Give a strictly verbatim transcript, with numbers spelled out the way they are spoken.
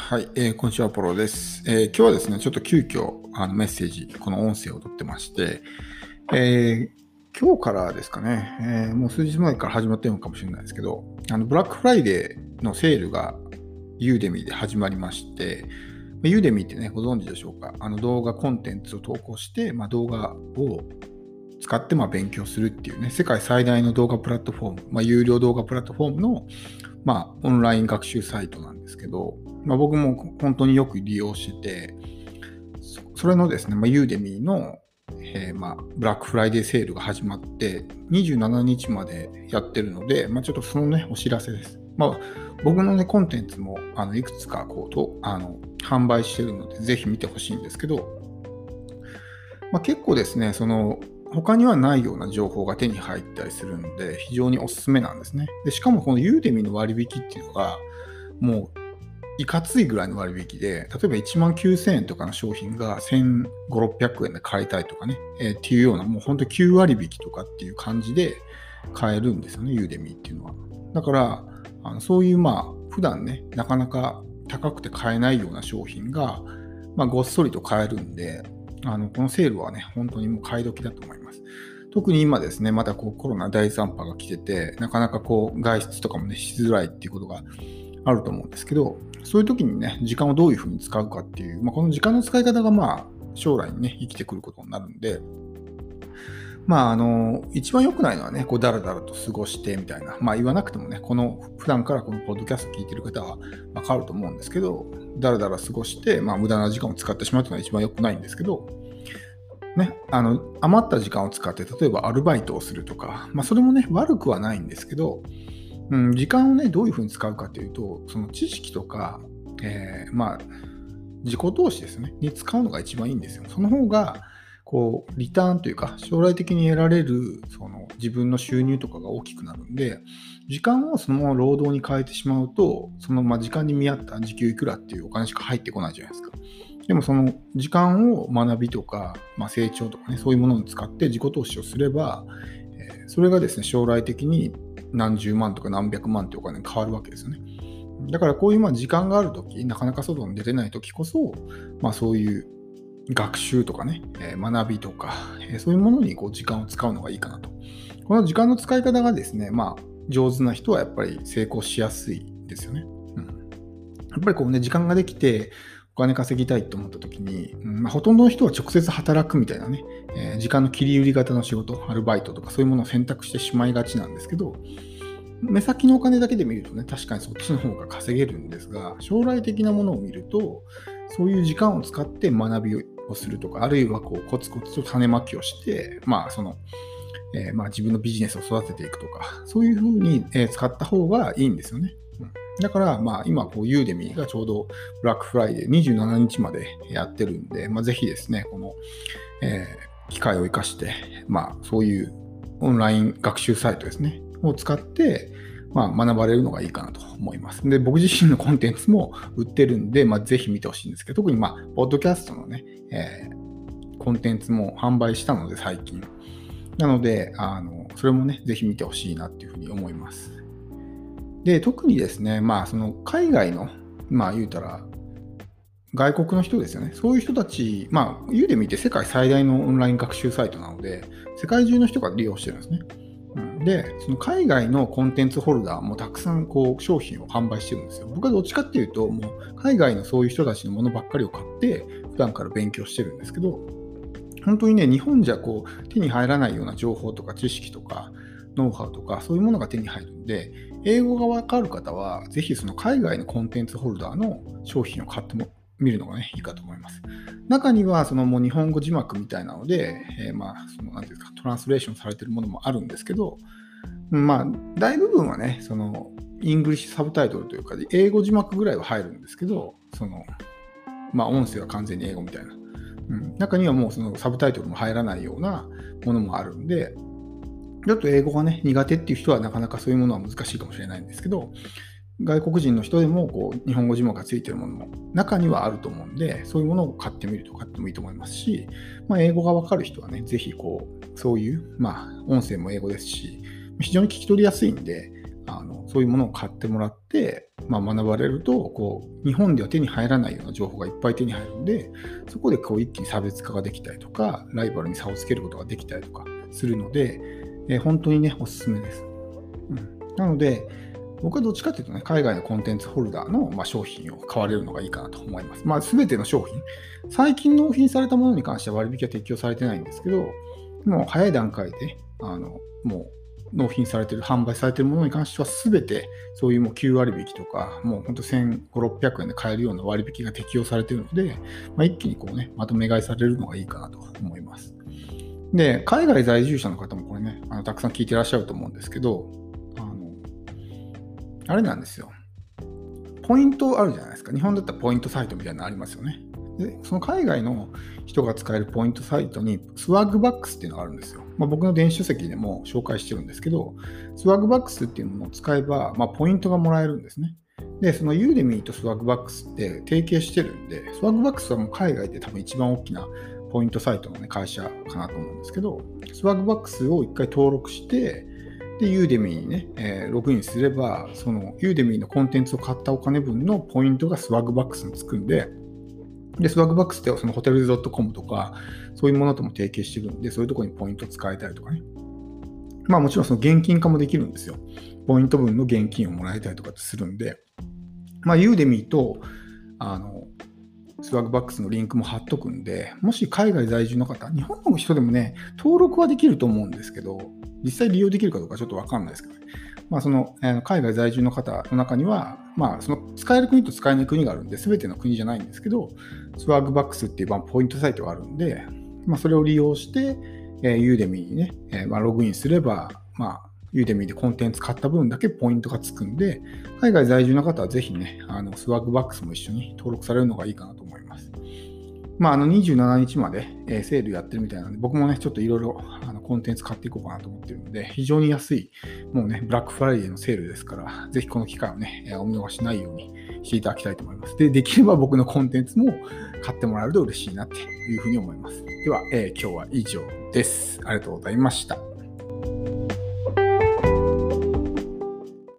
はい、えー、こんにちは、ポロです。えー今日はですね、ちょっと急遽あのメッセージ、この音声を取ってまして、えー今日からですかね、えーもう数日前から始まってるのかもしれないですけど、あのブラックフライデーのセールがユーデミーで始まりまして、ユーデミーってね、ご存知でしょうか。あの動画コンテンツを投稿して、まあ、動画を使ってまあ勉強するっていうね、世界最大の動画プラットフォーム、まあ、有料動画プラットフォームの、まあ、オンライン学習サイトなんですけど、まあ、僕も本当によく利用してて、そそれのですね、まあ、ユーデミーの、えーまあ、ブラックフライデーセールが始まって、にじゅうしちにちまでやってるので、まあ、ちょっとそのね、お知らせです。まあ、僕のね、コンテンツもあのいくつかこうとあの販売してるので、ぜひ見てほしいんですけど、まあ、結構ですね、その他にはないような情報が手に入ったりするので、非常におすすめなんですね。で、しかもこのユーデミの割引っていうのが、もういかついぐらいの割引で、例えばいちまんきゅうせんえんとかの商品がせんごひゃく、ろっぴゃくえんで買いたいとかね、えーっていうような、もう本当きゅう割引とかっていう感じで買えるんですよね、ユーデミっていうのは。だから、あのそういうまあ、普段ね、なかなか高くて買えないような商品が、まあ、ごっそりと買えるんで、あのこのセールはね、本当にもう買い時だと思います。特に今ですね、またこうコロナ第さん波が来てて、なかなかこう外出とかもね、しづらいっていうことがあると思うんですけど、そういう時にね、時間をどういうふうに使うかっていう、まあ、この時間の使い方がまあ、将来にね、生きてくることになるんで、まあ、あの、一番良くないのはね、こう、だらだらと過ごしてみたいな、まあ言わなくてもね、この、普段からこのポッドキャスト聞いてる方はわかると思うんですけど、だらだら過ごして、まあ無駄な時間を使ってしまうというのは一番良くないんですけど、ね、あの、余った時間を使って、例えばアルバイトをするとか、まあそれもね、悪くはないんですけど、うん、時間をね、どういうふうに使うかというと、その知識とか、えーまあ、自己投資ですね、に使うのが一番いいんですよ。その方が、こう、リターンというか、将来的に得られる、その、自分の収入とかが大きくなるんで、時間をそのまま労働に変えてしまうと、その、まあ、時間に見合った時給いくらっていうお金しか入ってこないじゃないですか。でも、その、時間を学びとか、まあ、成長とかね、そういうものに使って自己投資をすれば、えーそれがですね、将来的に何十万とか何百万ってお金に変わるわけですよね。だからこういうまあ時間があるとき、なかなか外に出れないときこそ、まあそういう学習とかね、えー学びとか、えーそういうものにこう時間を使うのがいいかなと。この時間の使い方がですね、まあ上手な人はやっぱり成功しやすいですよね。うん、やっぱりこうね、時間ができて、お金稼ぎたいと思った時に、うんまあ、ほとんどの人は直接働くみたいなね、えー時間の切り売り型の仕事、アルバイトとかそういうものを選択してしまいがちなんですけど、目先のお金だけで見るとね、確かにそっちの方が稼げるんですが、将来的なものを見ると、そういう時間を使って学びをするとか、あるいはこうコツコツと種まきをして、まあその、えーまあ、自分のビジネスを育てていくとか、そういうふうに、えー使った方がいいんですよね。うんだから、まあ、今、こう、ユーデミーがちょうどブラックフライデーにじゅうしちにちまでやってるんで、まあ、ぜひですね、この、えー機会を生かして、まあ、そういうオンライン学習サイトですね、を使って、まあ、学ばれるのがいいかなと思います。で、僕自身のコンテンツも売ってるんで、まあ、ぜひ見てほしいんですけど、特に、まあ、ポッドキャストのね、えーコンテンツも販売したので、最近。なので、あの、それもね、ぜひ見てほしいなっていうふうに思います。で、特にですね、まあ、その海外の、まあ、言うたら、外国の人ですよね。そういう人たち、まあ、ユーデミーって世界最大のオンライン学習サイトなので、世界中の人が利用してるんですね。うん、で、その海外のコンテンツホルダーもたくさんこう商品を販売してるんですよ。僕はどっちかっていうと、もう海外のそういう人たちのものばっかりを買って、普段から勉強してるんですけど、本当にね、日本じゃこう手に入らないような情報とか知識とか、ノウハウとか、そういうものが手に入るんで、英語がわかる方は、ぜひその海外のコンテンツホルダーの商品を買っても見るのがね、いいかと思います。中には、そのもう日本語字幕みたいなので、えーまあ、その、なんていうんですか、トランスレーションされているものもあるんですけど、まあ、大部分はね、その、イングリッシュサブタイトルというか、英語字幕ぐらいは入るんですけど、その、まあ、音声は完全に英語みたいな。うん、中にはもうそのサブタイトルも入らないようなものもあるんで、ちょっと英語がね、苦手っていう人はなかなかそういうものは難しいかもしれないんですけど、外国人の人でもこう日本語字幕がついてるものも中にはあると思うんで、そういうものを買ってみるとかってもいいと思いますし、まあ、英語がわかる人はね、ぜひこう、そういう、まあ、音声も英語ですし、非常に聞き取りやすいんで、あのそういうものを買ってもらって、まあ、学ばれるとこう日本では手に入らないような情報がいっぱい手に入るんで、そこでこう一気に差別化ができたりとか、ライバルに差をつけることができたりとかするので、えー本当にねおすすめです。うん、なので僕はどっちかというとね、海外のコンテンツホルダーの、まあ、商品を買われるのがいいかなと思います。まあ、すべての商品、最近納品されたものに関しては割引は適用されてないんですけど、もう早い段階で、あのもう納品されている、販売されているものに関しては、すべてそういうもうきゅう割引とか、もう本当せんごひゃく、ろっぴゃくえんで買えるような割引が適用されているので、まあ、一気にこうね、まとめ買いされるのがいいかなと思います。で、海外在住者の方もこれね、あのたくさん聞いてらっしゃると思うんですけど、あのあれなんですよ。ポイントあるじゃないですか。日本だったらポイントサイトみたいなのありますよね。で、その海外の人が使えるポイントサイトにスワッグバックスっていうのがあるんですよ。まあ、僕の電子書籍でも紹介してるんですけど、スワッグバックスっていうものを使えば、まあ、ポイントがもらえるんですね。で、そのユーデミーとスワッグバックスって提携してるんで、スワッグバックスはもう海外で多分一番大きなポイントサイトの、ね、会社かなと思うんですけど、スワッグバックスを一回登録して、で、ユーデミーにね、えーログインすれば、そのユーデミーのコンテンツを買ったお金分のポイントがスワッグバックスにつくんで、で、スワッグバックスってそのホテルズ .com とか、そういうものとも提携してるんで、そういうところにポイント使えたりとかね。まあもちろんその現金化もできるんですよ。ポイント分の現金をもらえたりとかってするんで、まあユーデミーと、あの、スワッグバックスのリンクも貼っとくんで、もし海外在住の方、日本の人でもね、登録はできると思うんですけど、実際利用できるかどうかちょっとわかんないですけどね。まあその、えー海外在住の方の中には、まあその使える国と使えない国があるんで、すべての国じゃないんですけど、スワッグバックスっていうまあポイントサイトがあるんで、まあそれを利用して、えー、ユーデミーにね、えーまあ、ログインすれば、まあ、ユーデミーでコンテンツ買った分だけポイントがつくんで、海外在住の方はぜひね、あのスワッグバックスも一緒に登録されるのがいいかなと思います。まあ、あのにじゅうしちにちまで、えーセールやってるみたいなので、僕もね、ちょっといろいろコンテンツ買っていこうかなと思ってるので、非常に安い、もうね、ブラックフライデーのセールですから、ぜひこの機会をね、えーお見逃しないようにしていただきたいと思います。で、できれば僕のコンテンツも買ってもらえると嬉しいなっていうふうに思います。では、えー今日は以上です。ありがとうございました。